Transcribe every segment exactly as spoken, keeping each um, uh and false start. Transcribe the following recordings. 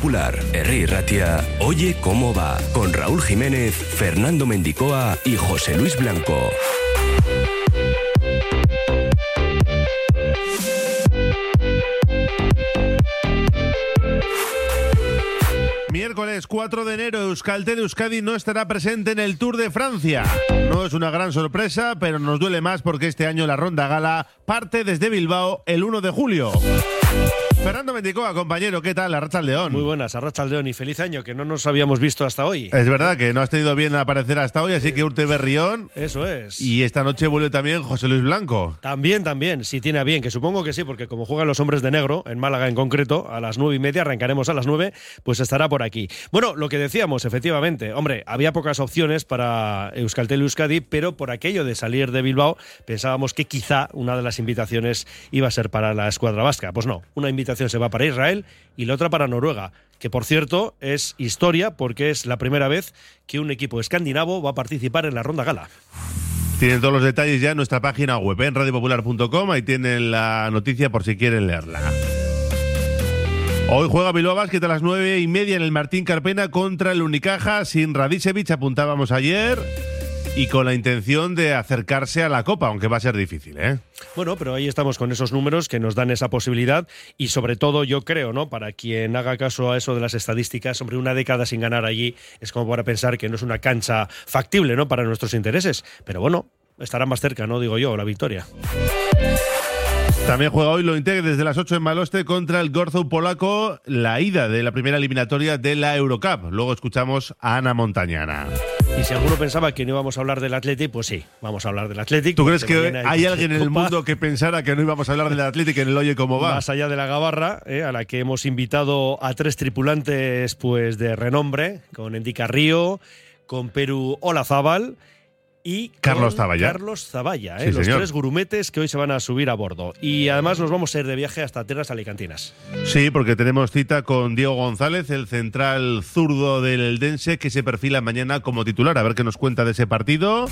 Popular, Herri Ratia, Oye Cómo Va, con Raúl Jiménez, Fernando Mendicoa y José Luis Blanco. Miércoles cuatro de enero, Euskaltel Euskadi no estará presente en el Tour de Francia. No es una gran sorpresa, pero nos duele más porque este año la Ronda Gala parte desde Bilbao el uno de julio. Fernando Mendicoa, compañero, ¿qué tal? Arratsaldeon. Muy buenas, Arratsaldeon, y feliz año, que no nos habíamos visto hasta hoy. Es verdad que no has tenido bien aparecer hasta hoy, así que urte berrión. Eso es. Y esta noche vuelve también José Luis Blanco. También, también, si tiene a bien, que supongo que sí, porque como juegan los hombres de negro, en Málaga en concreto, a las nueve y media, arrancaremos a las nueve, pues estará por aquí. Bueno, lo que decíamos, efectivamente, hombre, había pocas opciones para Euskaltel Euskadi, pero por aquello de salir de Bilbao, pensábamos que quizá una de las invitaciones iba a ser para la escuadra vasca. Pues no, una invitación se va para Israel y la otra para Noruega, que por cierto es historia porque es la primera vez que un equipo escandinavo va a participar en la Ronda Gala. Tienen todos los detalles ya en nuestra página web, en radio popular punto com, ahí tienen la noticia por si quieren leerla. Hoy juega Bilbao Basket a las nueve y media en el Martín Carpena contra el Unicaja, sin Radicevic, apuntábamos ayer, y con la intención de acercarse a la Copa, aunque va a ser difícil, ¿eh? Bueno, pero ahí estamos con esos números que nos dan esa posibilidad y sobre todo yo creo, ¿no? Para quien haga caso a eso de las estadísticas, hombre, una década sin ganar allí es como para pensar que no es una cancha factible, ¿no? Para nuestros intereses, pero bueno, estará más cerca, ¿no? Digo yo, la victoria. También juega hoy Lointec desde las ocho en Maloste contra el Gorzów polaco, la ida de la primera eliminatoria de la Eurocup. Luego escuchamos a Ana Montañana. Y si alguno pensaba que no íbamos a hablar del Athletic, pues sí, vamos a hablar del Athletic. ¿Tú crees que hay alguien en el Copa, mundo que pensara que no íbamos a hablar del Athletic en el Oye Cómo Va? Más allá de la gabarra, eh, a la que hemos invitado a tres tripulantes pues de renombre, con Endy Carrillo, con Peru Olazábal y Carlos Zavalla. Carlos Zavalla, ¿eh? Sí, los señor. tres gurumetes que hoy se van a subir a bordo. Y además nos vamos a ir de viaje hasta tierras alicantinas. Sí, porque tenemos cita con Diego González, el central zurdo del Eldense, que se perfila mañana como titular. A ver qué nos cuenta de ese partido,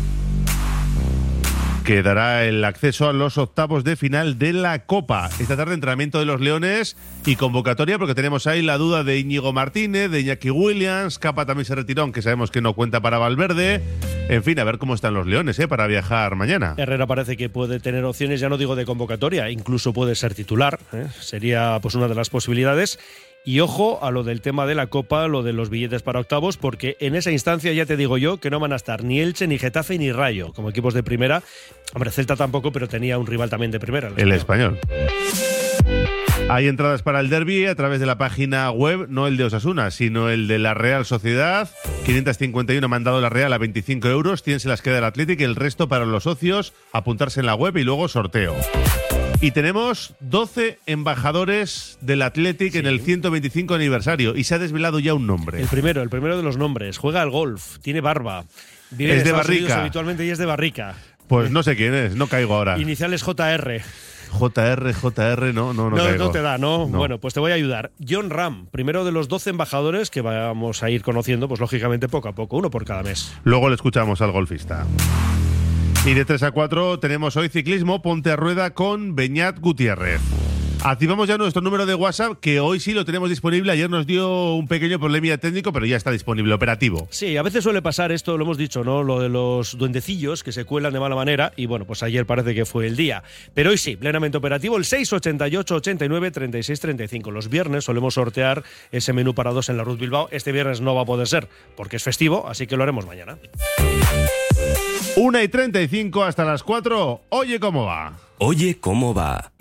que dará el acceso a los octavos de final de la Copa. Esta tarde entrenamiento de los Leones y convocatoria, porque tenemos ahí la duda de Íñigo Martínez, de Iñaki Williams, Capa también se retiró, aunque sabemos que no cuenta para Valverde. En fin, a ver cómo están los Leones, ¿eh? Para viajar mañana. Herrera parece que puede tener opciones, ya no digo de convocatoria, incluso puede ser titular, ¿eh? Sería pues una de las posibilidades. Y ojo a lo del tema de la Copa, lo de los billetes para octavos, porque en esa instancia ya te digo yo que no van a estar ni Elche, ni Getafe, ni Rayo, como equipos de primera. Hombre, Celta tampoco, pero tenía un rival también de primera. El español. Hay entradas para el derbi a través de la página web, no el de Osasuna, sino el de la Real Sociedad. quinientos cincuenta y uno mandado la Real a veinticinco euros, cien se las queda el Athletic y el resto para los socios, apuntarse en la web y luego sorteo. Y tenemos doce embajadores del Athletic, sí, en el ciento veinticinco aniversario, y se ha desvelado ya un nombre. El primero, el primero de los nombres. Juega al golf, tiene barba. Vive es en de Estados Unidos Barrica. habitualmente y es de Barrica. Pues no sé quién es, no caigo ahora. Iniciales J R. J R, J R, no, no, no, no, caigo. no te da, ¿no? no. Bueno, pues te voy a ayudar. John Ram, primero de los doce embajadores que vamos a ir conociendo, pues lógicamente poco a poco, uno por cada mes. Luego le escuchamos al golfista. Y de tres a cuatro tenemos hoy ciclismo, Ponte a Rueda con Beñat Gutiérrez. Activamos ya nuestro número de WhatsApp, que hoy sí lo tenemos disponible. Ayer nos dio un pequeño problema técnico, pero ya está disponible, operativo. Sí, a veces suele pasar esto, lo hemos dicho, ¿no? Lo de los duendecillos que se cuelan de mala manera. Y bueno, pues ayer parece que fue el día. Pero hoy sí, plenamente operativo, el seis ochenta y ocho, ochenta y nueve, treinta y seis, treinta y cinco. Los viernes solemos sortear ese menú para dos en la Ruth Bilbao. Este viernes no va a poder ser, porque es festivo, así que lo haremos mañana. una y treinta y cinco hasta las cuatro. Oye cómo va. Oye Cómo Va.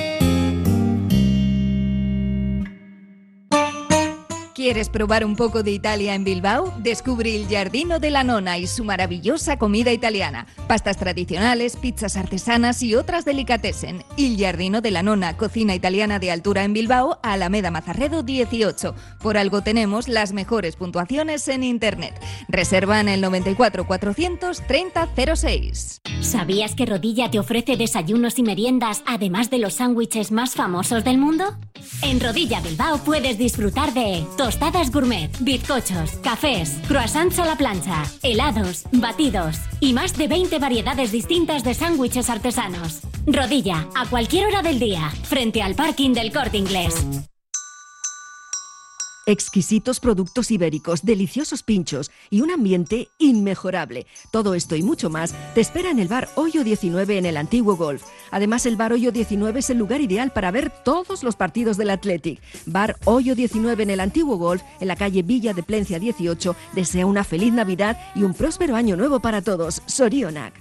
¿Quieres probar un poco de Italia en Bilbao? Descubre il Giardino della Nonna y su maravillosa comida italiana. Pastas tradicionales, pizzas artesanas y otras delicatessen. Il Giardino della Nonna, cocina italiana de altura en Bilbao, Alameda Mazarredo dieciocho. Por algo tenemos las mejores puntuaciones en internet. Reserva en el noventa y cuatro, cuatrocientos treinta, cero seis. ¿Sabías que Rodilla te ofrece desayunos y meriendas, además de los sándwiches más famosos del mundo? En Rodilla Bilbao puedes disfrutar de tostadas gourmet, bizcochos, cafés, croissants a la plancha, helados, batidos y más de veinte variedades distintas de sándwiches artesanos. Rodilla, a cualquier hora del día, frente al parking del Corte Inglés. Exquisitos productos ibéricos, deliciosos pinchos y un ambiente inmejorable. Todo esto y mucho más te espera en el bar Hoyo diecinueve en el Antiguo Golf. Además, el bar Hoyo diecinueve es el lugar ideal para ver todos los partidos del Athletic. Bar Hoyo diecinueve en el Antiguo Golf, en la calle Villa de Plencia dieciocho, desea una feliz Navidad y un próspero año nuevo para todos. Sorionak.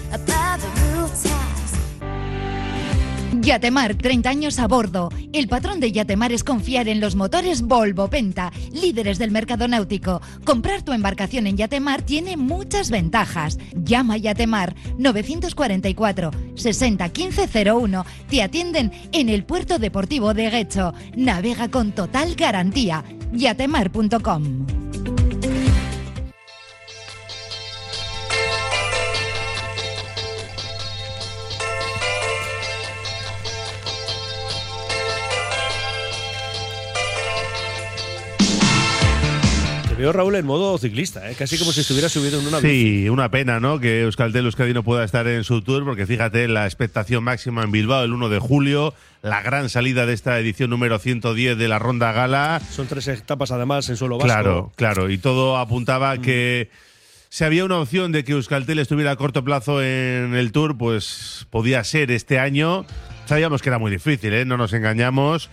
Yatemar, treinta años a bordo. El patrón de Yatemar es confiar en los motores Volvo Penta, líderes del mercado náutico. Comprar tu embarcación en Yatemar tiene muchas ventajas. Llama a Yatemar novecientos cuarenta y cuatro, sesenta, quince cero uno. Te atienden en el puerto deportivo de Guecho. Navega con total garantía. yatemar punto com. Veo Raúl en modo ciclista, ¿eh? Casi como si estuviera subido en una Sí, bici. una pena, ¿no? Que Euskaltel Euskadi no pueda estar en su tour, porque fíjate, la expectación máxima en Bilbao el uno de julio, la gran salida de esta edición número ciento diez de la Ronda Gala. Son tres etapas además en suelo vasco. Claro, claro, y todo apuntaba a mm. que si había una opción de que Euskaltel estuviera a corto plazo en el tour, pues podía ser este año. Sabíamos que era muy difícil, ¿eh? No nos engañamos,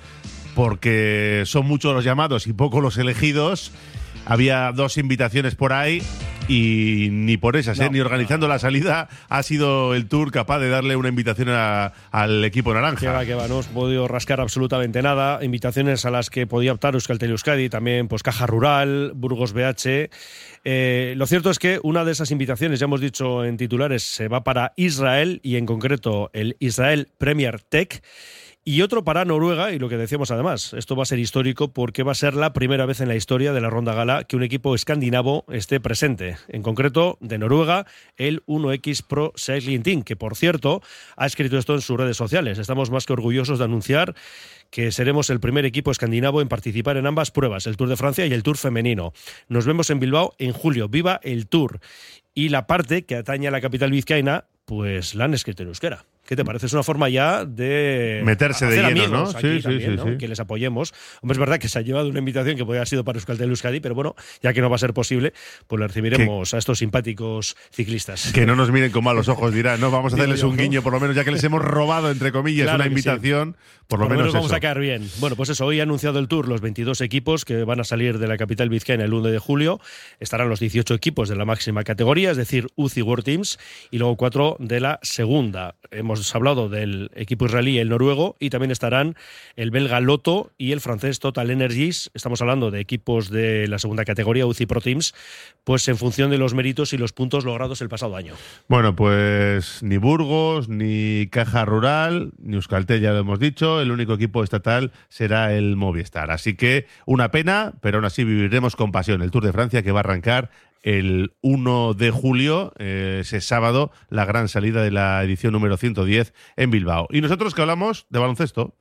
porque son muchos los llamados y pocos los elegidos. Había dos invitaciones por ahí y ni por esas, no, ¿eh? Ni organizando no. la salida ha sido el Tour capaz de darle una invitación a, al equipo naranja. Que va, que va, no hemos podido rascar absolutamente nada. Invitaciones a las que podía optar Euskaltel Euskadi, también pues Caja Rural, Burgos B H. Eh, lo cierto es que una de esas invitaciones, ya hemos dicho en titulares, se va para Israel y en concreto el Israel Premier Tech. Y otro para Noruega, y lo que decíamos además, esto va a ser histórico porque va a ser la primera vez en la historia de la Ronda Gala que un equipo escandinavo esté presente. En concreto, de Noruega, el uno equis Pro Cycling Team, que por cierto ha escrito esto en sus redes sociales. Estamos más que orgullosos de anunciar que seremos el primer equipo escandinavo en participar en ambas pruebas, el Tour de Francia y el Tour femenino. Nos vemos en Bilbao en julio. ¡Viva el Tour! Y la parte que atañe a la capital vizcaína, pues la han escrito en euskera. ¿Qué te parece? Es una forma ya de meterse de lleno, ¿no? Sí, sí, también, sí, ¿no? sí. Que les apoyemos. Hombre, es verdad que se ha llevado una invitación que podría haber sido para Euskaltel Euskadi, pero bueno, ya que no va a ser posible, pues le recibiremos que, a estos simpáticos ciclistas. Que no nos miren con malos ojos, dirán, no, vamos a hacerles un guiño, por lo menos, ya que les hemos robado, entre comillas, claro una invitación, sí. por lo por menos, menos vamos eso. a caer bien. Bueno, pues eso, hoy ha anunciado el Tour los veintidós equipos que van a salir de la capital vizcaína el uno de julio. Estarán los dieciocho equipos de la máxima categoría, es decir, U C I World Teams, y luego cuatro de la segunda. Hemos hablado del equipo israelí, el noruego, y también estarán el belga Lotto y el francés Total Energies. Estamos hablando de equipos de la segunda categoría, U C I Pro Teams, pues en función de los méritos y los puntos logrados el pasado año. Bueno, pues ni Burgos, ni Caja Rural, ni Euskaltel, ya lo hemos dicho. El único equipo estatal será el Movistar. Así que una pena, pero aún así viviremos con pasión el Tour de Francia, que va a arrancar el uno de julio, eh, ese sábado, la gran salida de la edición número ciento diez en Bilbao. Y nosotros que hablamos de baloncesto,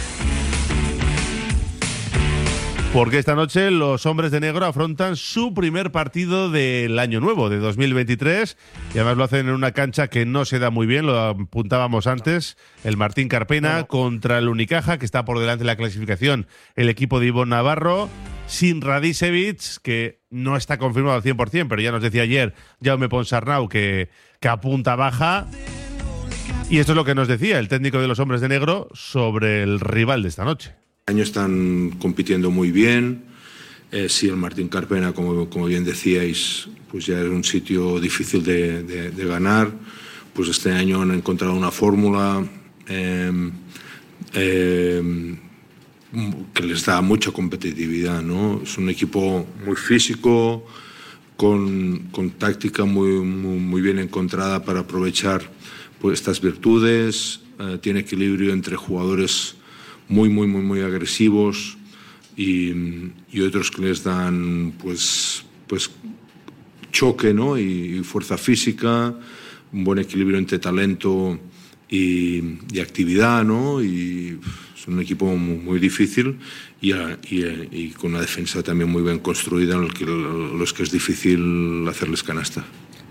porque esta noche los hombres de negro afrontan su primer partido del año nuevo, de dos mil veintitrés, y además lo hacen en una cancha que no se da muy bien, lo apuntábamos antes, el Martín Carpena no. contra el Unicaja, que está por delante de la clasificación, el equipo de Ivonne Navarro, sin Radicevic, que no está confirmado al cien por ciento, pero ya nos decía ayer Jaume Ponsarnau que, que apunta baja. Y esto es lo que nos decía el técnico de los hombres de negro sobre el rival de esta noche. Este año están compitiendo muy bien. Eh, sí, el Martín Carpena, como, como bien decíais, pues ya es un sitio difícil de, de, de ganar. Pues este año han encontrado una fórmula eh, eh, que les da mucha competitividad, ¿no? Es un equipo muy físico, con, con táctica muy, muy, muy bien encontrada para aprovechar pues, estas virtudes. Eh, tiene equilibrio entre jugadores muy, muy, muy, muy agresivos y, y otros que les dan pues, pues choque, ¿no? y, y fuerza física, un buen equilibrio entre talento y, y actividad, ¿no? Y es un equipo muy, muy difícil y, y, y con una defensa también muy bien construida en los que, los que es difícil hacerles canasta.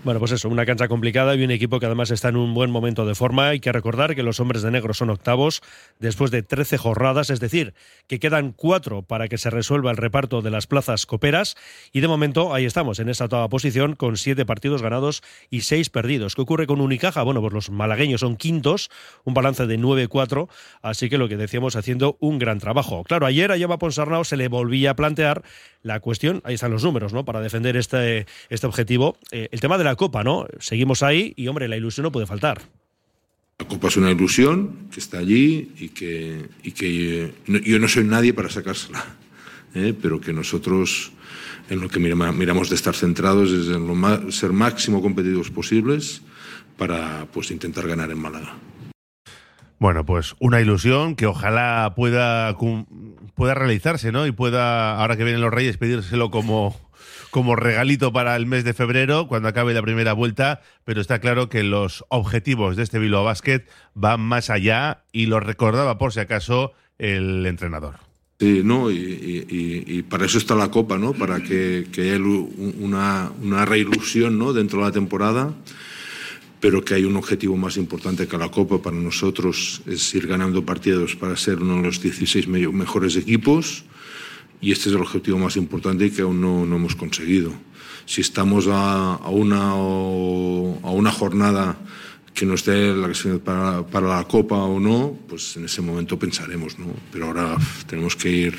Bueno, pues eso, una cancha complicada y un equipo que además está en un buen momento de forma. Hay que recordar que los hombres de negro son octavos después de trece jornadas, es decir, que quedan cuatro para que se resuelva el reparto de las plazas coperas y de momento ahí estamos, en esa octava posición con siete partidos ganados y seis perdidos. ¿Qué ocurre con Unicaja? Bueno, pues los malagueños son quintos, un balance de nueve cuatro, así que lo que decíamos, haciendo un gran trabajo. Claro, ayer a Jaume Ponsarnau se le volvía a plantear la cuestión, ahí están los números, ¿no?, para defender este, este objetivo, eh, el tema de la Copa, ¿no? Seguimos ahí y, hombre, la ilusión no puede faltar. La Copa es una ilusión que está allí y que, y que eh, no, yo no soy nadie para sacársela, ¿eh? Pero que nosotros en lo que miramos, miramos de estar centrados es en lo más, ser máximo competitivos posibles para, pues, intentar ganar en Málaga. Bueno, pues una ilusión que ojalá pueda, pueda realizarse, ¿no? Y pueda, ahora que vienen los Reyes, pedírselo como, como regalito para el mes de febrero, cuando acabe la primera vuelta, pero está claro que los objetivos de este Bilbao Basket van más allá y lo recordaba por si acaso el entrenador. Sí, no, y, y, y para eso está la Copa, ¿no? Para que, que haya una, una reilusión, ¿no?, dentro de la temporada, pero que hay un objetivo más importante que la Copa para nosotros, es ir ganando partidos para ser uno de los dieciséis mejores equipos, y este es el objetivo más importante y que aún no, no hemos conseguido. Si estamos a, a, una, a una jornada que nos dé la para, para la Copa o no, pues en ese momento pensaremos, ¿no? Pero ahora tenemos que ir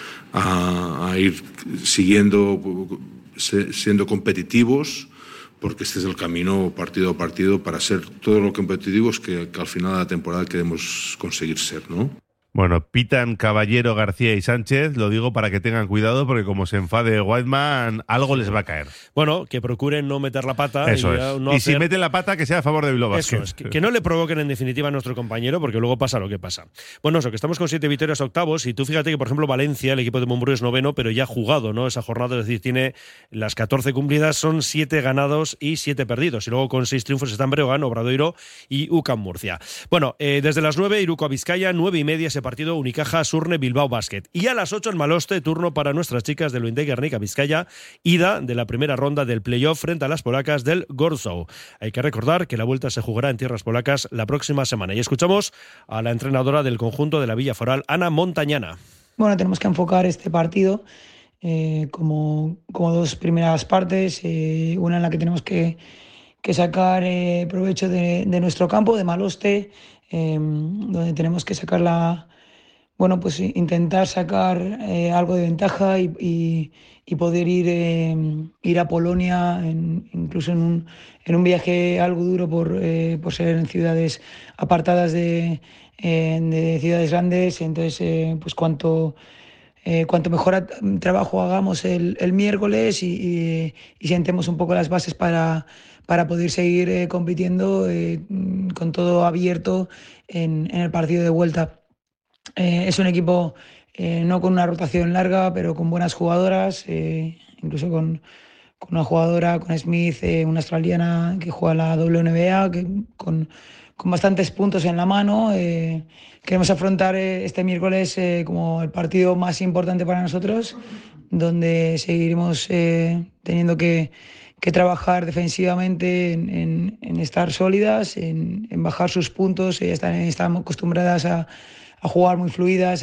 a, a ir siguiendo, siendo competitivos, porque este es el camino partido a partido para ser todo lo competitivos que, que al final de la temporada queremos conseguir ser, ¿no? Bueno, pitan Caballero, García y Sánchez, lo digo para que tengan cuidado, porque como se enfade Whiteman, algo les va a caer. Bueno, que procuren no meter la pata. Eso y, es. no y hacer... si meten la pata, que sea a favor de Bilbao Basket. Eso es, que, que no le provoquen en definitiva a nuestro compañero, porque luego pasa lo que pasa. Bueno, eso, que estamos con siete victorias octavos, y tú fíjate que, por ejemplo, Valencia, el equipo de Montbrú, es noveno, pero ya ha jugado, ¿no?, esa jornada, es decir, tiene las catorce cumplidas, son siete ganados y siete perdidos, y luego con seis triunfos están Breogán, Obradoiro y U C A M Murcia. Bueno, eh, desde las nueve, Iruko a Vizcaya, nueve y media ese partido, Unicaja Surne Bilbao Basket. Y a las ocho en Maloste, turno para nuestras chicas del Luindei Guernica Vizcaya, ida de la primera ronda del playoff frente a las polacas del Gorzow. Hay que recordar que la vuelta se jugará en tierras polacas la próxima semana. Y escuchamos a la entrenadora del conjunto de la Villa Foral, Ana Montañana. Bueno, tenemos que enfocar este partido eh, como, como dos primeras partes, eh, una en la que tenemos que, que sacar eh, provecho de, de nuestro campo, de Maloste, eh, donde tenemos que sacar la Bueno, pues intentar sacar eh, algo de ventaja y, y, y poder ir, eh, ir a Polonia, en, incluso en un, en un viaje algo duro por, eh, por ser en ciudades apartadas de, eh, de ciudades grandes. Entonces, eh, pues cuanto, eh, cuanto mejor trabajo hagamos el, el miércoles y, y, y sentemos un poco las bases para, para poder seguir eh, compitiendo eh, con todo abierto en, en el partido de vuelta. Eh, es un equipo eh, no con una rotación larga, pero con buenas jugadoras, eh, incluso con, con una jugadora, con Smith, eh, una australiana que juega la W N B A, que, con, con bastantes puntos en la mano. Eh, queremos afrontar eh, este miércoles eh, como el partido más importante para nosotros, donde seguiremos eh, teniendo que, que trabajar defensivamente en, en, en estar sólidas, en, en bajar sus puntos. Ellas están, están acostumbradas a a jugar muy fluidas,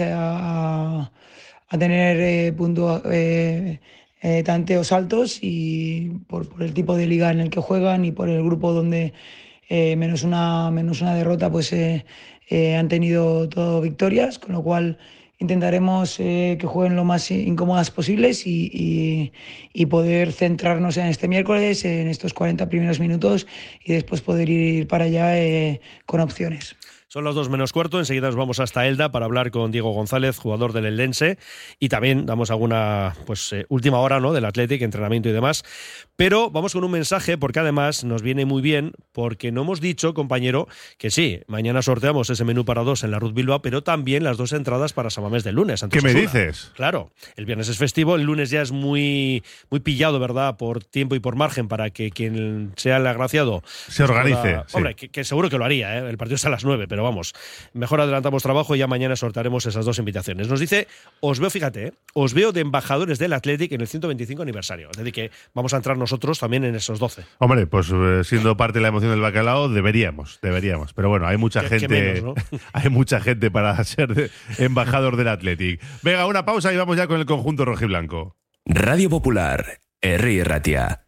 a, a tener eh, punto, eh, eh, tanteos altos, y por, por el tipo de liga en el que juegan y por el grupo donde eh, menos, una, menos una derrota pues eh, eh, han tenido todo victorias, con lo cual intentaremos eh, que jueguen lo más incómodas posibles y, y, y poder centrarnos en este miércoles, en estos cuarenta primeros minutos, y después poder ir para allá eh, con opciones. Son las dos menos cuarto, enseguida nos vamos hasta Elda para hablar con Diego González, jugador del Eldense, y también damos alguna pues eh, última hora, ¿no?, del Athletic, entrenamiento y demás. Pero vamos con un mensaje, porque además nos viene muy bien, porque no hemos dicho, compañero, que sí, mañana sorteamos ese menú para dos en la Ruth Bilbao, pero también las dos entradas para San Mamés del lunes. ¿Qué me dices? Claro, el viernes es festivo, el lunes ya es muy, muy pillado, ¿verdad?, por tiempo y por margen, para que quien sea el agraciado se organice. Pueda, sí. Hombre, que, que seguro que lo haría, ¿eh? El partido es a las nueve, pero pero vamos, mejor adelantamos trabajo y ya mañana sortearemos esas dos invitaciones. Nos dice, os veo, fíjate, ¿eh? os veo de embajadores del Athletic en el ciento veinticinco aniversario. Es decir, que vamos a entrar nosotros también en esos doce. Hombre, pues eh, siendo parte de la emoción del bacalao, deberíamos, deberíamos. Pero bueno, hay mucha que, gente, que menos, ¿no? hay mucha gente para ser de, embajador del Athletic. Venga, una pausa y vamos ya con el conjunto rojiblanco. Radio Popular, Herri Ratia.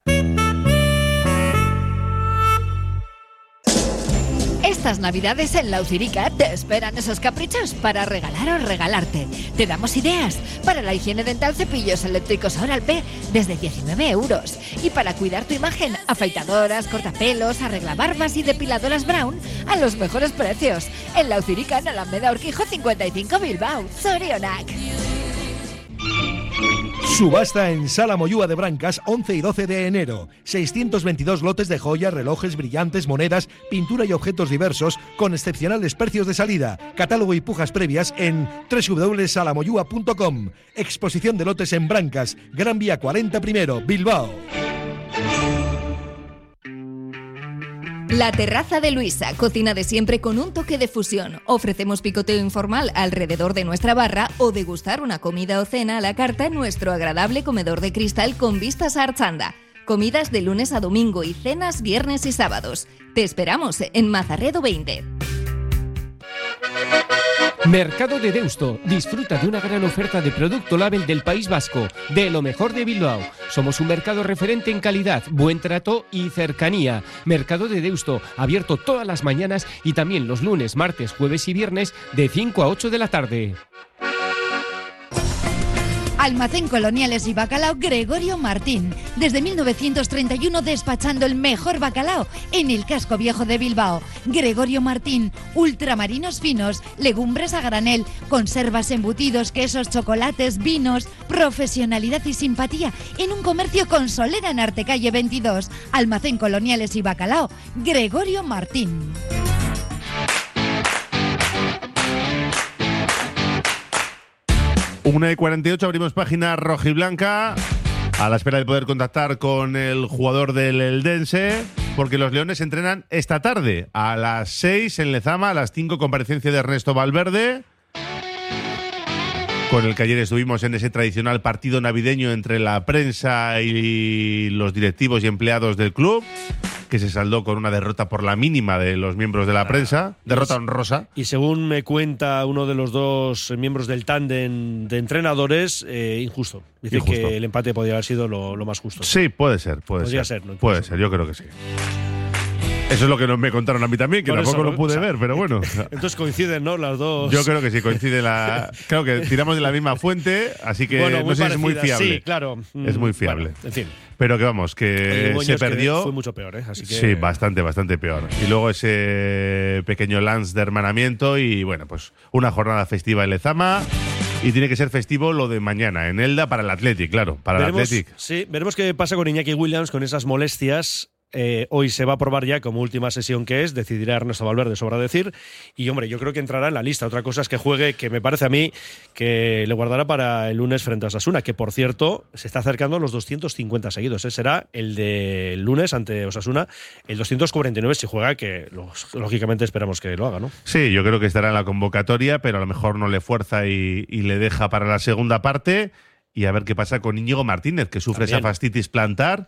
Estas navidades en La Ucirica te esperan esos caprichos para regalar o regalarte. Te damos ideas para la higiene dental, cepillos eléctricos Oral-P desde diecinueve euros. Y para cuidar tu imagen, afeitadoras, cortapelos, arreglabarbas y depiladoras Brown a los mejores precios. En La Ucirica, en Alameda Urquijo cincuenta y cinco, Bilbao. Zorionak. Subasta en Sala Moyúa de Brancas, once y doce de enero. seiscientos veintidós lotes de joyas, relojes, brillantes, monedas, pintura y objetos diversos con excepcionales precios de salida. Catálogo y pujas previas en doble u doble u doble punto sala moyúa punto com. Exposición de lotes en Brancas, Gran Vía cuarenta primero, Bilbao. La Terraza de Luisa, cocina de siempre con un toque de fusión. Ofrecemos picoteo informal alrededor de nuestra barra o degustar una comida o cena a la carta en nuestro agradable comedor de cristal con vistas a Archanda. Comidas de lunes a domingo y cenas viernes y sábados. Te esperamos en Mazarredo veinte. Mercado de Deusto. Disfruta de una gran oferta de producto label del País Vasco, de lo mejor de Bilbao. Somos un mercado referente en calidad, buen trato y cercanía. Mercado de Deusto, abierto todas las mañanas y también los lunes, martes, jueves y viernes de cinco a ocho de la tarde. Almacén Coloniales y Bacalao Gregorio Martín. Desde mil novecientos treinta y uno despachando el mejor bacalao en el casco viejo de Bilbao. Gregorio Martín, ultramarinos finos, legumbres a granel, conservas, embutidos, quesos, chocolates, vinos, profesionalidad y simpatía en un comercio con solera en Artecalle veintidós. Almacén Coloniales y Bacalao Gregorio Martín. una y cuarenta y ocho, abrimos página rojiblanca a la espera de poder contactar con el jugador del Eldense, porque los Leones entrenan esta tarde a las seis en Lezama, a las cinco comparecencia de Ernesto Valverde, con el que ayer estuvimos en ese tradicional partido navideño entre la prensa y los directivos y empleados del club, que se saldó con una derrota por la mínima de los miembros de la prensa, derrota honrosa. Y según me cuenta uno de los dos miembros del tándem de entrenadores, eh, injusto. Dice injusto. Que el empate podría haber sido lo, lo más justo. Sí, puede ser, puede Podría ser. ser ¿no? Puede ser, yo creo que sí. Eso es lo que me contaron a mí también, que por tampoco eso, lo pude o sea, ver, pero bueno. Entonces coinciden, ¿no? Las dos. Yo creo que sí, coincide la. Claro que tiramos de la misma fuente, así que bueno, no sé si es muy fiable. Sí, claro. Es muy fiable. Bueno, en fin. Pero que vamos, que se perdió. Que fue mucho peor, ¿eh? Así que... Sí, bastante, bastante peor. Y luego ese pequeño lance de hermanamiento y bueno, pues una jornada festiva en Lezama. Y tiene que ser festivo lo de mañana en Elda para el Athletic, claro, para veremos, el Athletic. Sí, veremos qué pasa con Iñaki Williams con esas molestias. Eh, hoy se va a probar ya como última sesión que es, decidirá Ernesto Valverde, sobra decir, y hombre, yo creo que entrará en la lista. Otra cosa es que juegue, que me parece a mí que le guardará para el lunes frente a Osasuna, que por cierto se está acercando a los doscientos cincuenta seguidos. Ese será el del lunes ante Osasuna, el doscientos cuarenta y nueve si juega, que los, lógicamente esperamos que lo haga, ¿no? Sí, yo creo que estará en la convocatoria, pero a lo mejor no le fuerza y, y le deja para la segunda parte, y a ver qué pasa con Íñigo Martínez, que sufre También. esa fascitis plantar,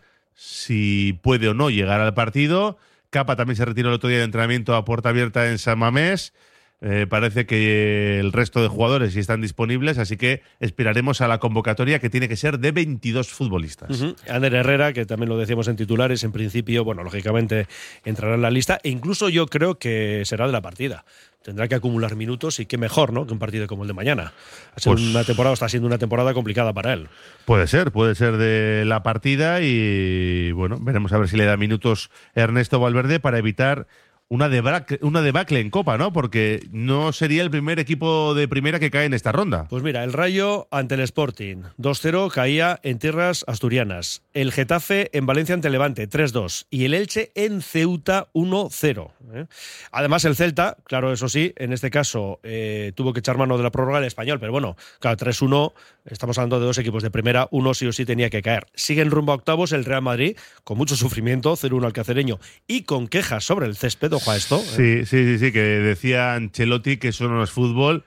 si puede o no llegar al partido. Capa también se retiró el otro día de entrenamiento a puerta abierta en San Mamés. Eh, parece que el resto de jugadores sí están disponibles, así que esperaremos a la convocatoria, que tiene que ser de veintidós futbolistas. Uh-huh. Ander Herrera, que también lo decíamos en titulares, en principio, bueno, lógicamente entrará en la lista, e incluso yo creo que será de la partida. Tendrá que acumular minutos y qué mejor, ¿no?, que un partido como el de mañana. Ha sido pues, una temporada, está siendo una temporada complicada para él. Puede ser, puede ser de la partida y bueno, veremos a ver si le da minutos Ernesto Valverde para evitar una debacle, una debacle en Copa, ¿no? Porque no sería el primer equipo de primera que cae en esta ronda. Pues mira, el Rayo ante el Sporting, dos cero, caía en tierras asturianas. El Getafe en Valencia ante Levante, tres dos. Y el Elche en Ceuta, uno cero. ¿eh? Además, el Celta, claro, eso sí, en este caso eh, tuvo que echar mano de la prórroga del Español, pero bueno, claro, tres uno, estamos hablando de dos equipos de primera, uno sí o sí tenía que caer. Siguen rumbo a octavos el Real Madrid, con mucho sufrimiento, cero uno al Cacereño, y con quejas sobre el césped, atento, ojo a esto. Sí, sí, sí, sí, que decía Ancelotti que eso no es fútbol.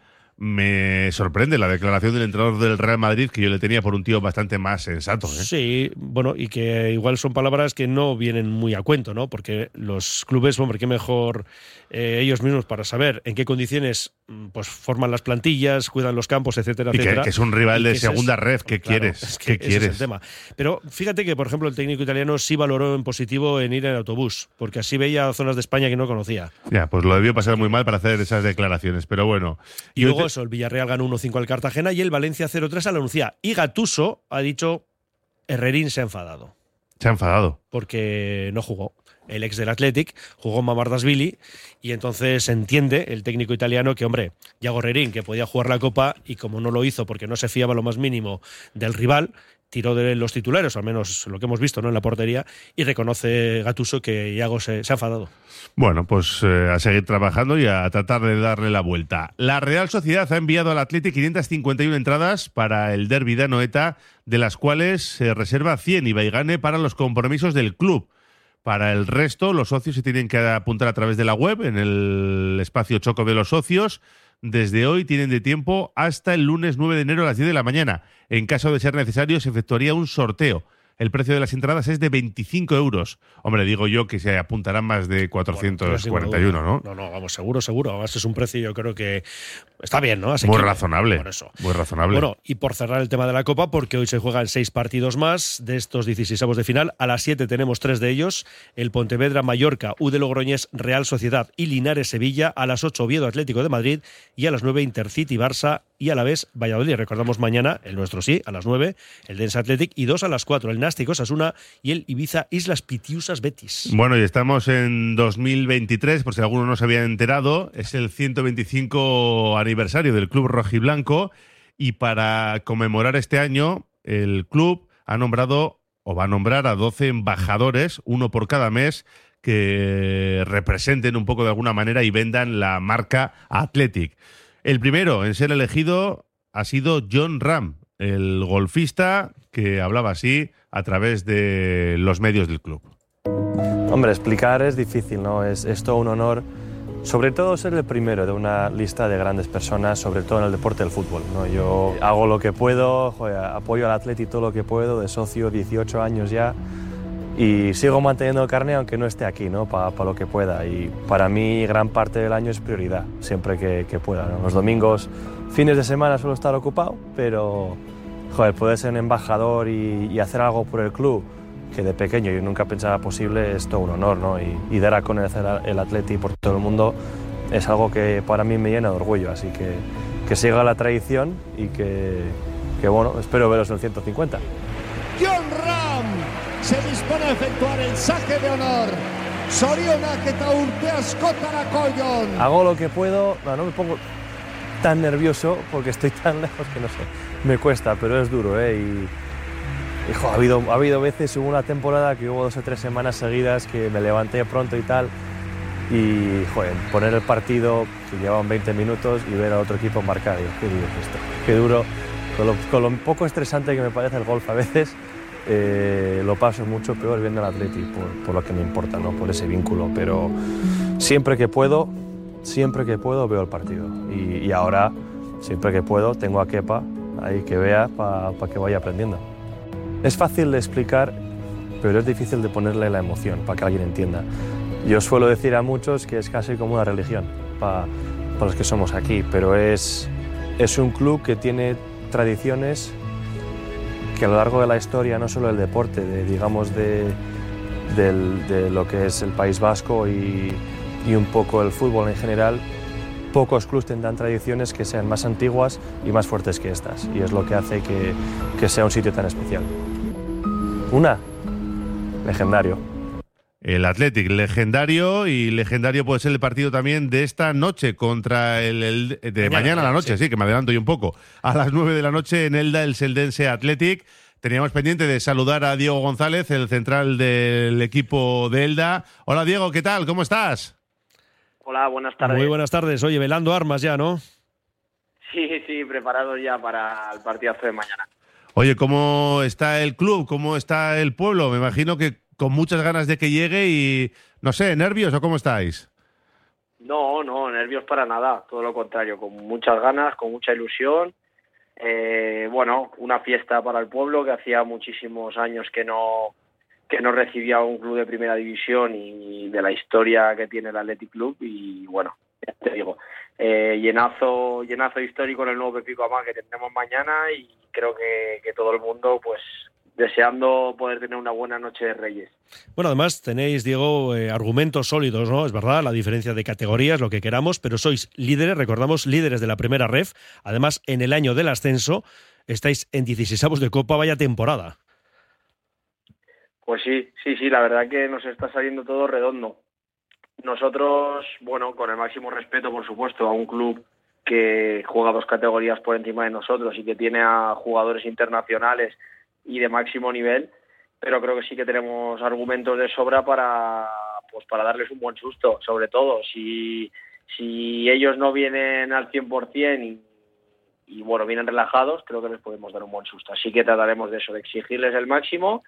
Me sorprende la declaración del entrenador del Real Madrid, que yo le tenía por un tío bastante más sensato, ¿eh? Sí, bueno, y que igual son palabras que no vienen muy a cuento, ¿no? Porque los clubes, hombre, qué mejor eh, ellos mismos para saber en qué condiciones pues forman las plantillas, cuidan los campos, etcétera, y que, etcétera. que es un rival de segunda es, red, ¿qué claro, quieres? Es que ¿Qué ese quieres? es el tema. Pero fíjate que, por ejemplo, el técnico italiano sí valoró en positivo en ir en autobús, porque así veía zonas de España que no conocía. Ya, pues lo debió pasar muy mal para hacer esas declaraciones, pero bueno. Y, y luego te... eso, el Villarreal ganó uno cinco al Cartagena y el Valencia cero tres al Anuncia. Y Gattuso ha dicho, Herrerín se ha enfadado. Se ha enfadado. Porque no jugó. El ex del Athletic jugó Mamardashvili y entonces se entiende el técnico italiano que, hombre, Yago Herrerín, que podía jugar la Copa y como no lo hizo porque no se fiaba lo más mínimo del rival, tiró de los titulares, o al menos lo que hemos visto, ¿no?, en la portería, y reconoce Gattuso que Iago se, se ha enfadado. Bueno, pues eh, a seguir trabajando y a tratar de darle la vuelta. La Real Sociedad ha enviado al Athletic quinientas cincuenta y una entradas para el derbi de Anoeta, de las cuales se reserva cien y Baigane para los compromisos del club. Para el resto, los socios se tienen que apuntar a través de la web, en el espacio Choco de los socios. Desde hoy tienen de tiempo hasta el lunes nueve de enero a las diez de la mañana. En caso de ser necesario, se efectuaría un sorteo. El precio de las entradas es de veinticinco euros. Hombre, digo yo que se apuntarán más de cuatrocientos cuarenta y uno, bueno, ¿no? No, no, vamos, seguro, seguro. Además es un precio, yo creo que está bien, ¿no? Asequible. Muy razonable. Por eso. Muy razonable. Bueno, y por cerrar el tema de la Copa, porque hoy se juegan seis partidos más de estos dieciseisavos de final. A las siete tenemos tres de ellos. El Pontevedra, Mallorca, U D Logroñés, Real Sociedad y Linares, Sevilla. A las ocho, Oviedo, Atlético de Madrid. Y a las nueve, Intercity, Barça. Y a la vez, Valladolid. Recordamos mañana, el nuestro sí, a las nueve, el Dense Athletic. Y dos a las cuatro, el Nástic Osasuna y el Ibiza Islas Pitiusas Betis. Bueno, y estamos en dos mil veintitrés, por si alguno no se había enterado, es el ciento veinticinco aniversario del Club Rojiblanco, y para conmemorar este año, el club ha nombrado, o va a nombrar a doce embajadores, uno por cada mes, que representen un poco de alguna manera y vendan la marca Athletic. El primero en ser elegido ha sido Jon Rahm, el golfista que hablaba así a través de los medios del club. Hombre, explicar es difícil, ¿no? Es, es todo un honor, sobre todo ser el primero de una lista de grandes personas, sobre todo en el deporte del fútbol, ¿no? Yo hago lo que puedo, joder, apoyo al Atleti todo lo que puedo, de socio, dieciocho años ya, y sigo manteniendo el carné aunque no esté aquí, ¿no? Para pa lo que pueda. Y para mí gran parte del año es prioridad, siempre que, que pueda, ¿no? Los domingos, fines de semana suelo estar ocupado, pero joder, poder ser un embajador y, y hacer algo por el club, que de pequeño yo nunca pensaba posible, es todo un honor, ¿no? Y, y dar a conocer el Atleti por todo el mundo es algo que para mí me llena de orgullo, así que que siga la tradición y que, que bueno, espero veros en el ciento cincuenta. Jon Rahm se dispone a efectuar el saque de honor. Zorionak eta urte askotarako Jon. Hago lo que puedo, no, no me pongo tan nervioso porque estoy tan lejos que no sé, me cuesta, pero es duro, ¿eh? Y, y jo, ha, habido, ha habido veces, hubo una temporada que hubo dos o tres semanas seguidas que me levanté pronto y tal, y joder, poner el partido, que llevaban veinte minutos, y ver a otro equipo marcar, digo, qué duro es esto, qué duro, con lo, con lo poco estresante que me parece el golf a veces, eh, lo paso mucho peor viendo al Atleti, por, por lo que me importa, ¿no? Por ese vínculo, pero siempre que puedo, siempre que puedo veo el partido, y, y ahora, siempre que puedo, tengo a Kepa ahí que vea para pa que vaya aprendiendo. Es fácil de explicar, pero es difícil de ponerle la emoción para que alguien entienda. Yo suelo decir a muchos que es casi como una religión para, para los que somos aquí, pero es, es un club que tiene tradiciones que a lo largo de la historia, no solo el deporte, de, digamos de, del, de lo que es el País Vasco y, y un poco el fútbol en general, pocos clubes tendrán tradiciones que sean más antiguas y más fuertes que estas, y es lo que hace que, que sea un sitio tan especial. Una, legendario. El Athletic, legendario, y legendario puede ser el partido también de esta noche contra el, el de mañana, mañana a la noche, sí. sí, que me adelanto yo un poco, a las nueve de la noche en Elda, el Seldense Athletic. Teníamos pendiente de saludar a Diego González, el central del equipo de Elda. Hola Diego, ¿qué tal? ¿Cómo estás? Hola, buenas tardes. Muy buenas tardes. Oye, velando armas ya, ¿no? Sí, sí, preparados ya para el partidazo de mañana. Oye, ¿cómo está el club? ¿Cómo está el pueblo? Me imagino que con muchas ganas de que llegue y, no sé, ¿nervios o cómo estáis? No, no, nervios para nada, todo lo contrario, con muchas ganas, con mucha ilusión. Eh, bueno, una fiesta para el pueblo que hacía muchísimos años que no que no recibía un club de primera división y de la historia que tiene el Athletic Club y bueno, ya te digo, eh, llenazo llenazo histórico en el nuevo Pepico Amá que tendremos mañana y creo que, que todo el mundo pues deseando poder tener una buena noche de Reyes. Bueno, además tenéis, Diego, eh, argumentos sólidos, ¿no? Es verdad, la diferencia de categorías, lo que queramos, pero sois líderes, recordamos, líderes de la primera ref. Además, en el año del ascenso, estáis en dieciseisavos de Copa, vaya temporada. Pues sí, sí, sí, la verdad que nos está saliendo todo redondo. Nosotros, bueno, con el máximo respeto, por supuesto, a un club que juega dos categorías por encima de nosotros y que tiene a jugadores internacionales y de máximo nivel, pero creo que sí que tenemos argumentos de sobra para pues para darles un buen susto, sobre todo si si ellos no vienen al cien por ciento y, y bueno, vienen relajados, creo que les podemos dar un buen susto, así que trataremos de eso, de exigirles el máximo,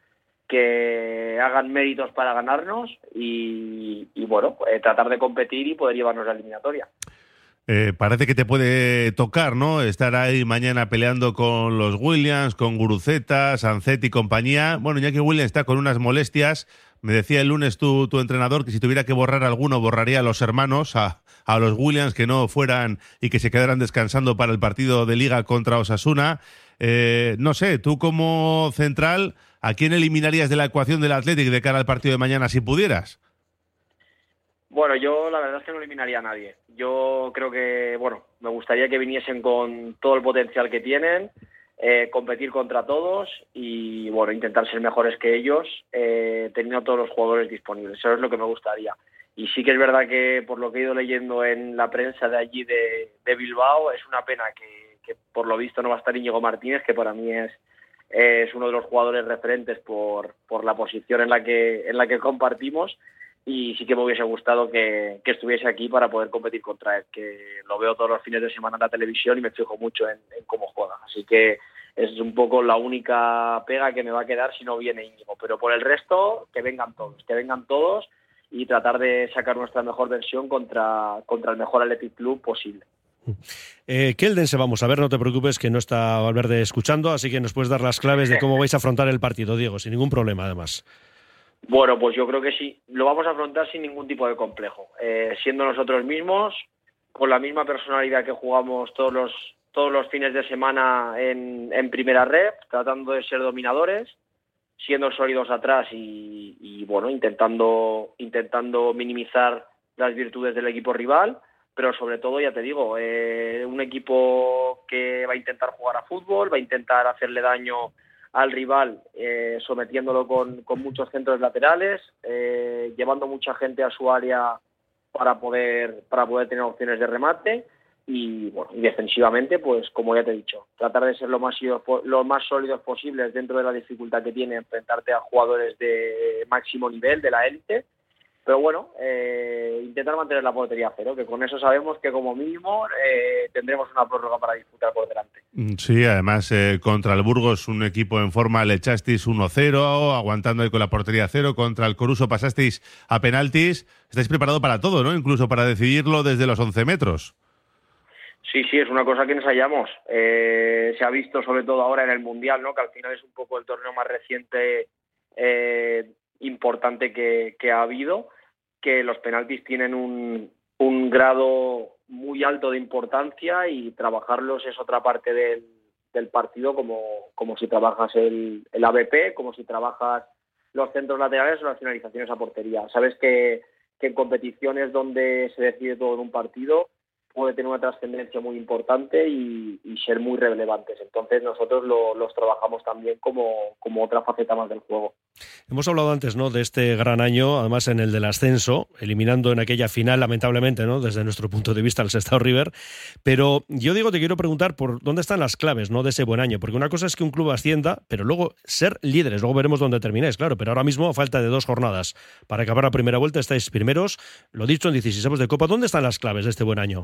que hagan méritos para ganarnos y, y bueno, eh, tratar de competir y poder llevarnos la eliminatoria. Eh, parece que te puede tocar, ¿no? Estar ahí mañana peleando con los Williams, con Guruceta, Sancet y compañía. Bueno, Iñaki Williams está con unas molestias. Me decía el lunes tu, tu entrenador que si tuviera que borrar alguno, borraría a los hermanos, a, a los Williams, que no fueran y que se quedaran descansando para el partido de Liga contra Osasuna. Eh, no sé, tú como central, ¿a quién eliminarías de la ecuación del Athletic de cara al partido de mañana si pudieras? Bueno, yo la verdad es que no eliminaría a nadie. Yo creo que, bueno, me gustaría que viniesen con todo el potencial que tienen, eh, competir contra todos y, bueno, intentar ser mejores que ellos, eh, teniendo todos los jugadores disponibles. Eso es lo que me gustaría. Y sí que es verdad que, por lo que he ido leyendo en la prensa de allí de, de Bilbao, es una pena que, que, por lo visto, no va a estar Íñigo Martínez, que para mí es, es uno de los jugadores referentes por, por la posición en la que, en la que compartimos. Y sí que me hubiese gustado que, que estuviese aquí para poder competir contra él, que lo veo todos los fines de semana en la televisión y me fijo mucho en, en cómo juega. Así que es un poco la única pega que me va a quedar si no viene Íñigo. Pero por el resto, que vengan todos, que vengan todos y tratar de sacar nuestra mejor versión contra, contra el mejor Athletic Club posible. Eh, Keldense, vamos a ver, no te preocupes que no está Valverde escuchando, así que nos puedes dar las claves de cómo vais a afrontar el partido, Diego, sin ningún problema además. Bueno, pues yo creo que sí, lo vamos a afrontar sin ningún tipo de complejo, eh, siendo nosotros mismos, con la misma personalidad que jugamos todos los todos los fines de semana en, en primera rep, tratando de ser dominadores, siendo sólidos atrás y, y bueno, intentando intentando minimizar las virtudes del equipo rival, pero sobre todo, ya te digo, eh, un equipo que va a intentar jugar a fútbol, va a intentar hacerle daño al rival, eh, sometiéndolo con, con muchos centros laterales, eh, llevando mucha gente a su área para poder para poder tener opciones de remate y bueno, y defensivamente, pues como ya te he dicho, tratar de ser lo más lo más sólidos posibles dentro de la dificultad que tiene enfrentarte a jugadores de máximo nivel, de la élite. Pero bueno, eh, intentar mantener la portería a cero, que con eso sabemos que como mínimo eh, tendremos una prórroga para disputar por delante. Sí, además eh, contra el Burgos, un equipo en forma, le echasteis uno cero, aguantando ahí con la portería a cero. Contra el Coruso pasasteis a penaltis. Estáis preparados para todo, ¿no? Incluso para decidirlo desde los once metros. Sí, sí, es una cosa que ensayamos. Eh, se ha visto sobre todo ahora en el Mundial, ¿no? Que al final es un poco el torneo más reciente eh, importante que, que ha habido, que los penaltis tienen un, un grado muy alto de importancia y trabajarlos es otra parte del, del partido, como, como si trabajas el, el A B P, como si trabajas los centros laterales o las finalizaciones a portería. Sabes que, que en competiciones donde se decide todo en un partido puede tener una trascendencia muy importante y, y ser muy relevantes. Entonces nosotros lo, los trabajamos también como, como otra faceta más del juego. Hemos hablado antes, ¿no?, de este gran año, además en el del ascenso, eliminando en aquella final, lamentablemente, ¿no?, desde nuestro punto de vista, al Sestao River. Pero yo, digo, te quiero preguntar por dónde están las claves, ¿no?, de ese buen año. Porque una cosa es que un club ascienda, pero luego ser líderes. Luego veremos dónde termináis, claro. Pero ahora mismo, a falta de dos jornadas para acabar la primera vuelta, estáis primeros, lo dicho, en dieciseisavos de Copa. ¿Dónde están las claves de este buen año?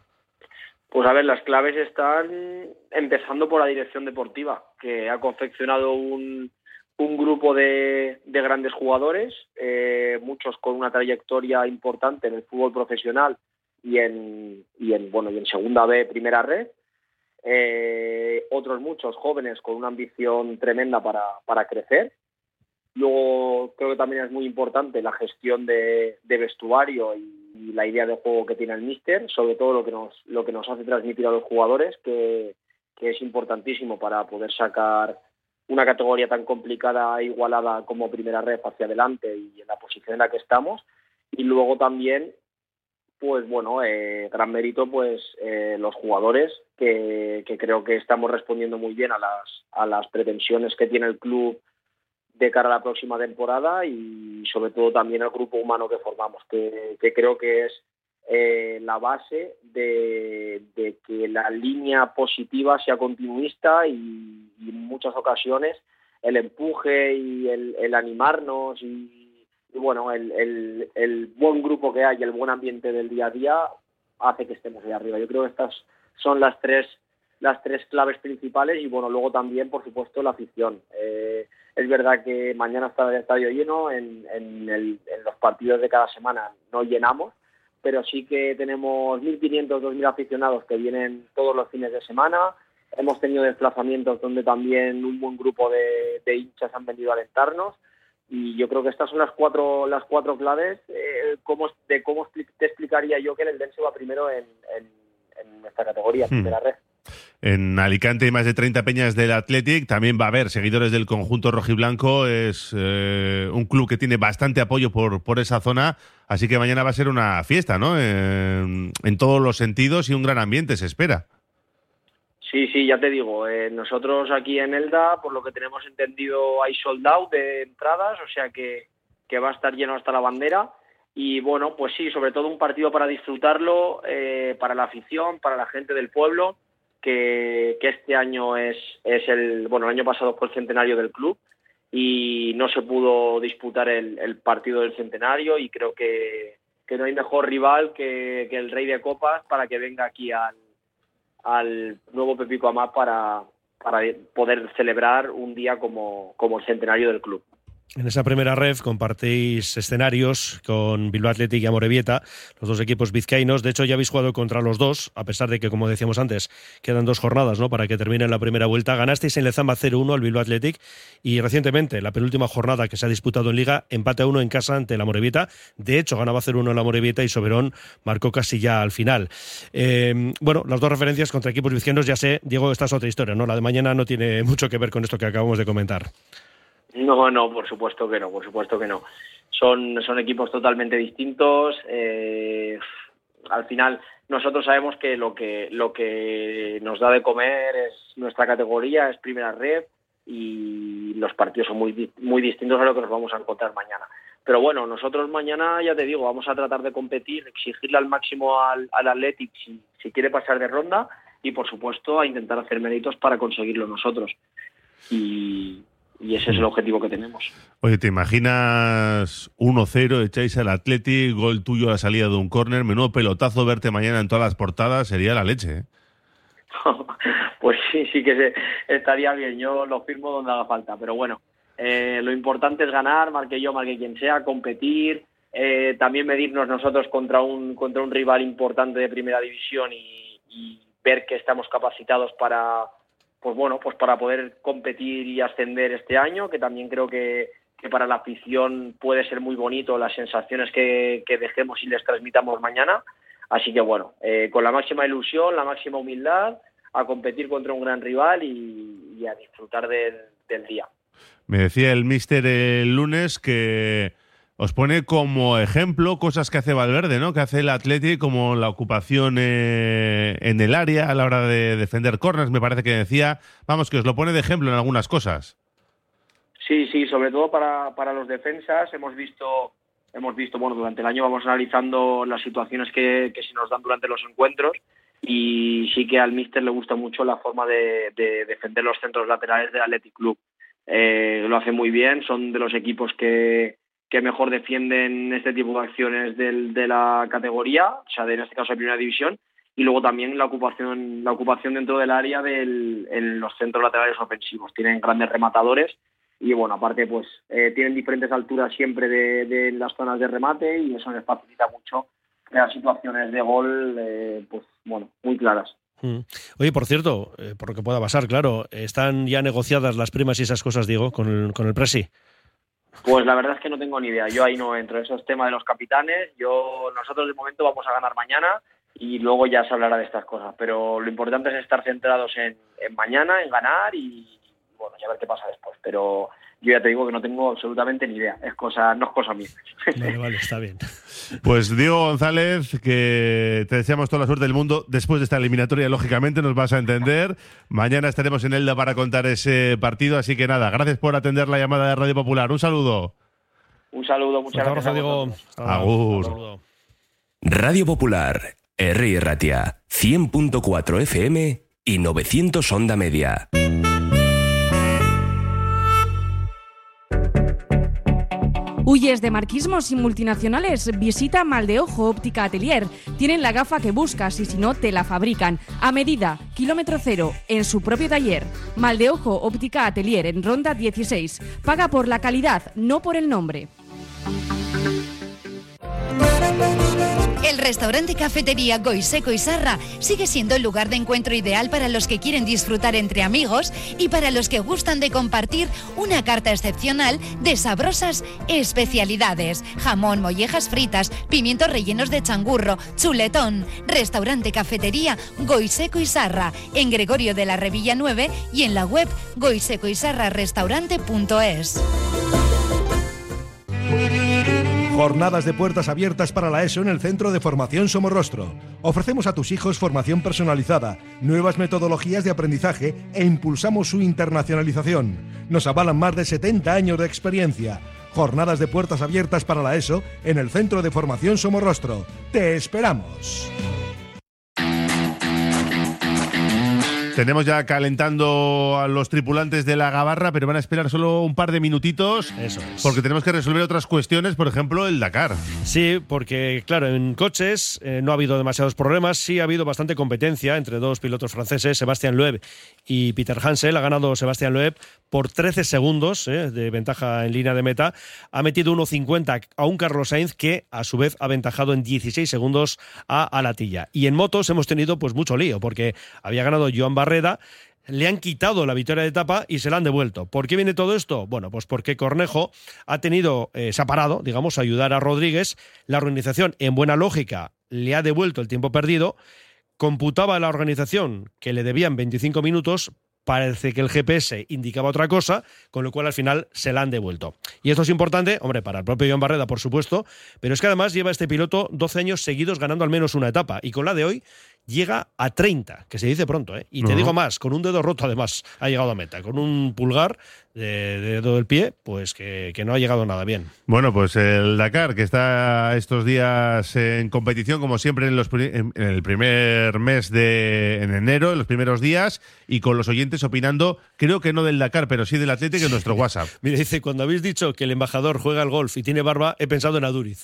Pues a ver, las claves están empezando por la dirección deportiva, que ha confeccionado un, un grupo de, de grandes jugadores, eh, muchos con una trayectoria importante en el fútbol profesional y en, y en, bueno, y en Segunda B, Primera Red. Eh, otros muchos jóvenes con una ambición tremenda para, para crecer. Luego creo que también es muy importante la gestión de, de vestuario y, y la idea de juego que tiene el míster, sobre todo lo que nos, lo que nos hace transmitir a los jugadores, que, que es importantísimo para poder sacar una categoría tan complicada e igualada como Primera Red hacia adelante y en la posición en la que estamos. Y luego también, pues bueno, eh, gran mérito pues eh, los jugadores, que, que creo que estamos respondiendo muy bien a las, a las pretensiones que tiene el club de cara a la próxima temporada, y sobre todo también el grupo humano que formamos, que, que creo que es eh, la base de, de que la línea positiva sea continuista y, y en muchas ocasiones el empuje y el, el animarnos y, y bueno, el, el, el buen grupo que hay y el buen ambiente del día a día hace que estemos ahí arriba. Yo creo que estas son las tres las tres claves principales, y bueno, luego también, por supuesto, la afición. Eh, es verdad que mañana está el estadio lleno, en, en, el, en los partidos de cada semana no llenamos, pero sí que tenemos mil quinientos, dos mil aficionados que vienen todos los fines de semana. Hemos tenido desplazamientos donde también un buen grupo de, de hinchas han venido a alentarnos, y yo creo que estas son las cuatro las cuatro claves eh, cómo, de cómo te explicaría yo que el Eldense va primero en, en, en esta categoría, Hmm. Primera Red. En Alicante hay más de treinta peñas del Athletic, también va a haber seguidores del conjunto rojiblanco, es eh, un club que tiene bastante apoyo por, por esa zona, así que mañana va a ser una fiesta, ¿no? En, en todos los sentidos, y un gran ambiente se espera. Sí, sí, ya te digo, eh, nosotros aquí en Elda, por lo que tenemos entendido, hay sold out de entradas, o sea que, que va a estar lleno hasta la bandera. Y bueno, pues sí, sobre todo un partido para disfrutarlo, eh, para la afición, para la gente del pueblo, que, que este año es, es el, bueno, el año pasado fue el centenario del club y no se pudo disputar el, el partido del centenario, y creo que, que no hay mejor rival que, que el Rey de Copas para que venga aquí al, al nuevo Pepico Amat para, para poder celebrar un día como, como el centenario del club. En esa primera red compartéis escenarios con Bilbao Athletic y Amorebieta, los dos equipos vizcaínos. De hecho, ya habéis jugado contra los dos, a pesar de que, como decíamos antes, quedan dos jornadas, ¿no?, para que termine la primera vuelta. Ganasteis en Lezama cero uno al Bilbao Athletic, y recientemente, la penúltima jornada que se ha disputado en Liga, empate a uno en casa ante el Amorebieta. De hecho, ganaba cero uno el Amorebieta y Soberón marcó casi ya al final. Eh, bueno, las dos referencias contra equipos vizcaínos, ya sé, Diego, esta es otra historia, ¿no? La de mañana no tiene mucho que ver con esto que acabamos de comentar. No, no, por supuesto que no, por supuesto que no. Son, son equipos totalmente distintos. Eh, al final, nosotros sabemos que lo que lo que nos da de comer es nuestra categoría, es Primera Red, y los partidos son muy muy distintos a lo que nos vamos a encontrar mañana. Pero bueno, nosotros mañana, ya te digo, vamos a tratar de competir, exigirle al máximo al, al Athletic si, si quiere pasar de ronda, y por supuesto a intentar hacer méritos para conseguirlo nosotros. Y Y ese es el objetivo que tenemos. Oye, ¿te imaginas uno cero, echáis al Athletic, gol tuyo a la salida de un córner, menudo pelotazo, verte mañana en todas las portadas? Sería la leche, ¿eh? Pues sí, sí que se, estaría bien, yo lo firmo donde haga falta, pero bueno, eh, lo importante es ganar, marque yo, marque quien sea, competir, eh, también medirnos nosotros contra un contra un rival importante de Primera División y, y ver que estamos capacitados para... pues bueno, pues para poder competir y ascender este año, que también creo que, que para la afición puede ser muy bonito las sensaciones que, que dejemos y les transmitamos mañana. Así que bueno, eh, con la máxima ilusión, la máxima humildad, a competir contra un gran rival y, y a disfrutar del, del día. Me decía el míster el lunes que os pone como ejemplo cosas que hace Valverde, ¿no?, que hace el Athletic, como la ocupación eh, en el área a la hora de defender corners, me parece que decía. Vamos, que os lo pone de ejemplo en algunas cosas. Sí, sí, sobre todo para, para los defensas. Hemos visto, hemos visto, bueno, durante el año vamos analizando las situaciones que, que se nos dan durante los encuentros, y sí que al míster le gusta mucho la forma de, de defender los centros laterales del Athletic Club. Eh, lo hace muy bien, son de los equipos que que mejor defienden este tipo de acciones del, de la categoría, o sea, de, en este caso de Primera División, y luego también la ocupación la ocupación dentro del área del, en los centros laterales ofensivos. Tienen grandes rematadores y, bueno, aparte, pues eh, tienen diferentes alturas siempre de, de las zonas de remate, y eso les facilita mucho crear situaciones de gol, eh, pues bueno, muy claras. Oye, por cierto, eh, por lo que pueda pasar, claro, ¿están ya negociadas las primas y esas cosas, Diego, con el, con el Presi? Pues la verdad es que no tengo ni idea. Yo ahí no entro. Esos temas de los capitanes. Yo Nosotros de momento vamos a ganar mañana y luego ya se hablará de estas cosas. Pero lo importante es estar centrados en, en mañana, en ganar y bueno, ya ver qué pasa después. Pero yo ya te digo que no tengo absolutamente ni idea. Es cosa, no es cosa mía. Vale, vale, está bien. Pues Diego González, que te deseamos toda la suerte del mundo después de esta eliminatoria, lógicamente nos vas a entender. Mañana estaremos en Elda para contar ese partido, así que nada, gracias por atender la llamada de Radio Popular. Un saludo. Un saludo, muchas Un gracias. Diego. Agur. Radio Popular, R. Ratia, cien punto cuatro F M y novecientos onda media. ¿Huyes de marquismos y multinacionales? Visita Maldeojo Óptica Atelier. Tienen la gafa que buscas y si no, te la fabrican. A medida, kilómetro cero, en su propio taller. Maldeojo Óptica Atelier, en Ronda dieciséis. Paga por la calidad, no por el nombre. El restaurante cafetería Goiseco y Sarra sigue siendo el lugar de encuentro ideal para los que quieren disfrutar entre amigos y para los que gustan de compartir una carta excepcional de sabrosas especialidades. Jamón, mollejas fritas, pimientos rellenos de changurro, chuletón. Restaurante cafetería Goiseco y Sarra en Gregorio de la Revilla nueve y en la web goiseco y sarra restaurante punto es. Jornadas de puertas abiertas para la ESO en el Centro de Formación Somorrostro. Ofrecemos a tus hijos formación personalizada, nuevas metodologías de aprendizaje e impulsamos su internacionalización. Nos avalan más de setenta años de experiencia. Jornadas de puertas abiertas para la ESO en el Centro de Formación Somorrostro. ¡Te esperamos! Tenemos ya calentando a los tripulantes de la Gabarra, pero van a esperar solo un par de minutitos. Eso es. Porque tenemos que resolver otras cuestiones, por ejemplo, el Dakar. Sí, porque, claro, en coches eh, no ha habido demasiados problemas. Sí ha habido bastante competencia entre dos pilotos franceses, Sébastien Loeb y Peter Hansel. Ha ganado Sébastien Loeb por trece segundos eh, de ventaja en línea de meta. Ha metido uno cincuenta a un Carlos Sainz que, a su vez, ha aventajado en dieciséis segundos a Alatilla. Y en motos hemos tenido pues mucho lío, porque había ganado Joan Barreda, le han quitado la victoria de etapa y se la han devuelto. ¿Por qué viene todo esto? Bueno, pues porque Cornejo ha tenido, eh, se ha parado, digamos, a ayudar a Rodríguez. La organización, en buena lógica, le ha devuelto el tiempo perdido. Computaba la organización que le debían veinticinco minutos. Parece que el G P S indicaba otra cosa, con lo cual al final se la han devuelto. Y esto es importante, hombre, para el propio Joan Barreda, por supuesto, pero es que además lleva este piloto doce años seguidos ganando al menos una etapa, y con la de hoy llega a treinta, que se dice pronto, ¿eh? Y te uh-huh. digo más, con un dedo roto además ha llegado a meta, con un pulgar de, de dedo del pie, pues que, que no ha llegado nada bien. Bueno, pues el Dakar, que está estos días en competición, como siempre, en, los, en el primer mes de en enero, en los primeros días, y con los oyentes opinando, creo que no del Dakar, pero sí del Atlético en nuestro WhatsApp. Mira, dice, cuando habéis dicho que el embajador juega al golf y tiene barba, he pensado en Aduriz.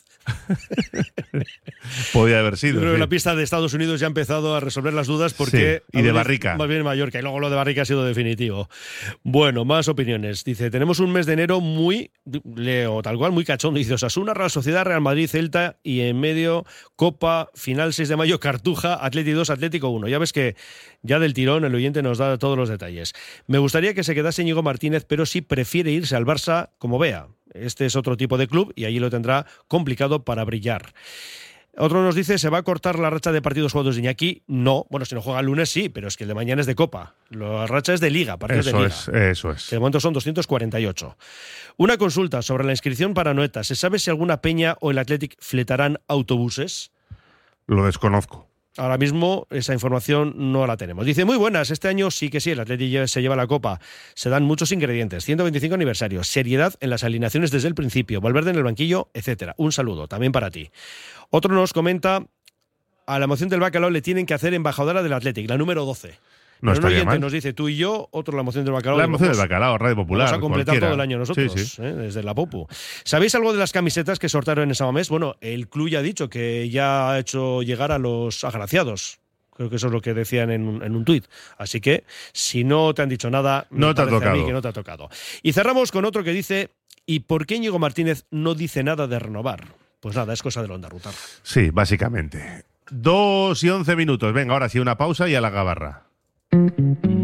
Podía haber sido. Yo creo sí. que la pista de Estados Unidos ya ha empezado a resolver las dudas porque... Sí, y de Barrica. Más bien Mallorca, y luego lo de Barrica ha sido definitivo. Bueno, más opiniones. Dice, tenemos un mes de enero muy, leo tal cual, muy cachondo. Dice, Osasuna, Real Sociedad, Real Madrid, Celta, y en medio Copa, final seis de mayo, Cartuja, Atlético dos, Atlético uno. Ya ves que ya del tirón el oyente nos da todos los detalles. Me gustaría que se quedase Íñigo Martínez, pero sí prefiere irse al Barça como vea. Este es otro tipo de club y allí lo tendrá complicado para brillar. Otro nos dice, ¿se va a cortar la racha de partidos jugados de Iñaki? No, bueno, si no juega el lunes sí, pero es que el de mañana es de Copa. La racha es de Liga, partidos eso de Liga. Es, eso es. Que de momento son doscientos cuarenta y ocho. Una consulta sobre la inscripción para Noeta. ¿Se sabe si alguna peña o el Athletic fletarán autobuses? Lo desconozco. Ahora mismo esa información no la tenemos. Dice, muy buenas, este año sí que sí, el Athletic se lleva la Copa. Se dan muchos ingredientes, ciento veinticinco aniversarios, seriedad en las alineaciones desde el principio, Valverde en el banquillo, etcétera. Un saludo, también para ti. Otro nos comenta, a la moción del Bacalao le tienen que hacer embajadora del Athletic, la número doce. No Pero un oyente mal. nos dice, tú y yo, otro la moción del Bacalao. La moción del Bacalao, Radio Popular. Vamos a completar cualquiera. todo el año nosotros, sí, sí. ¿eh? Desde la Popu. ¿Sabéis algo de las camisetas que sortearon en Samamés? Bueno, el club ya ha dicho que ya ha hecho llegar a los agraciados. Creo que eso es lo que decían en un, en un tuit. Así que, si no te han dicho nada, no me te ha parece tocado. a mí que no te ha tocado. Y cerramos con otro que dice, ¿y por qué Íñigo Martínez no dice nada de renovar? Pues nada, es cosa del Honda Rutar. Sí, básicamente. Dos y once minutos. Venga, ahora sí, una pausa y a la gabarra.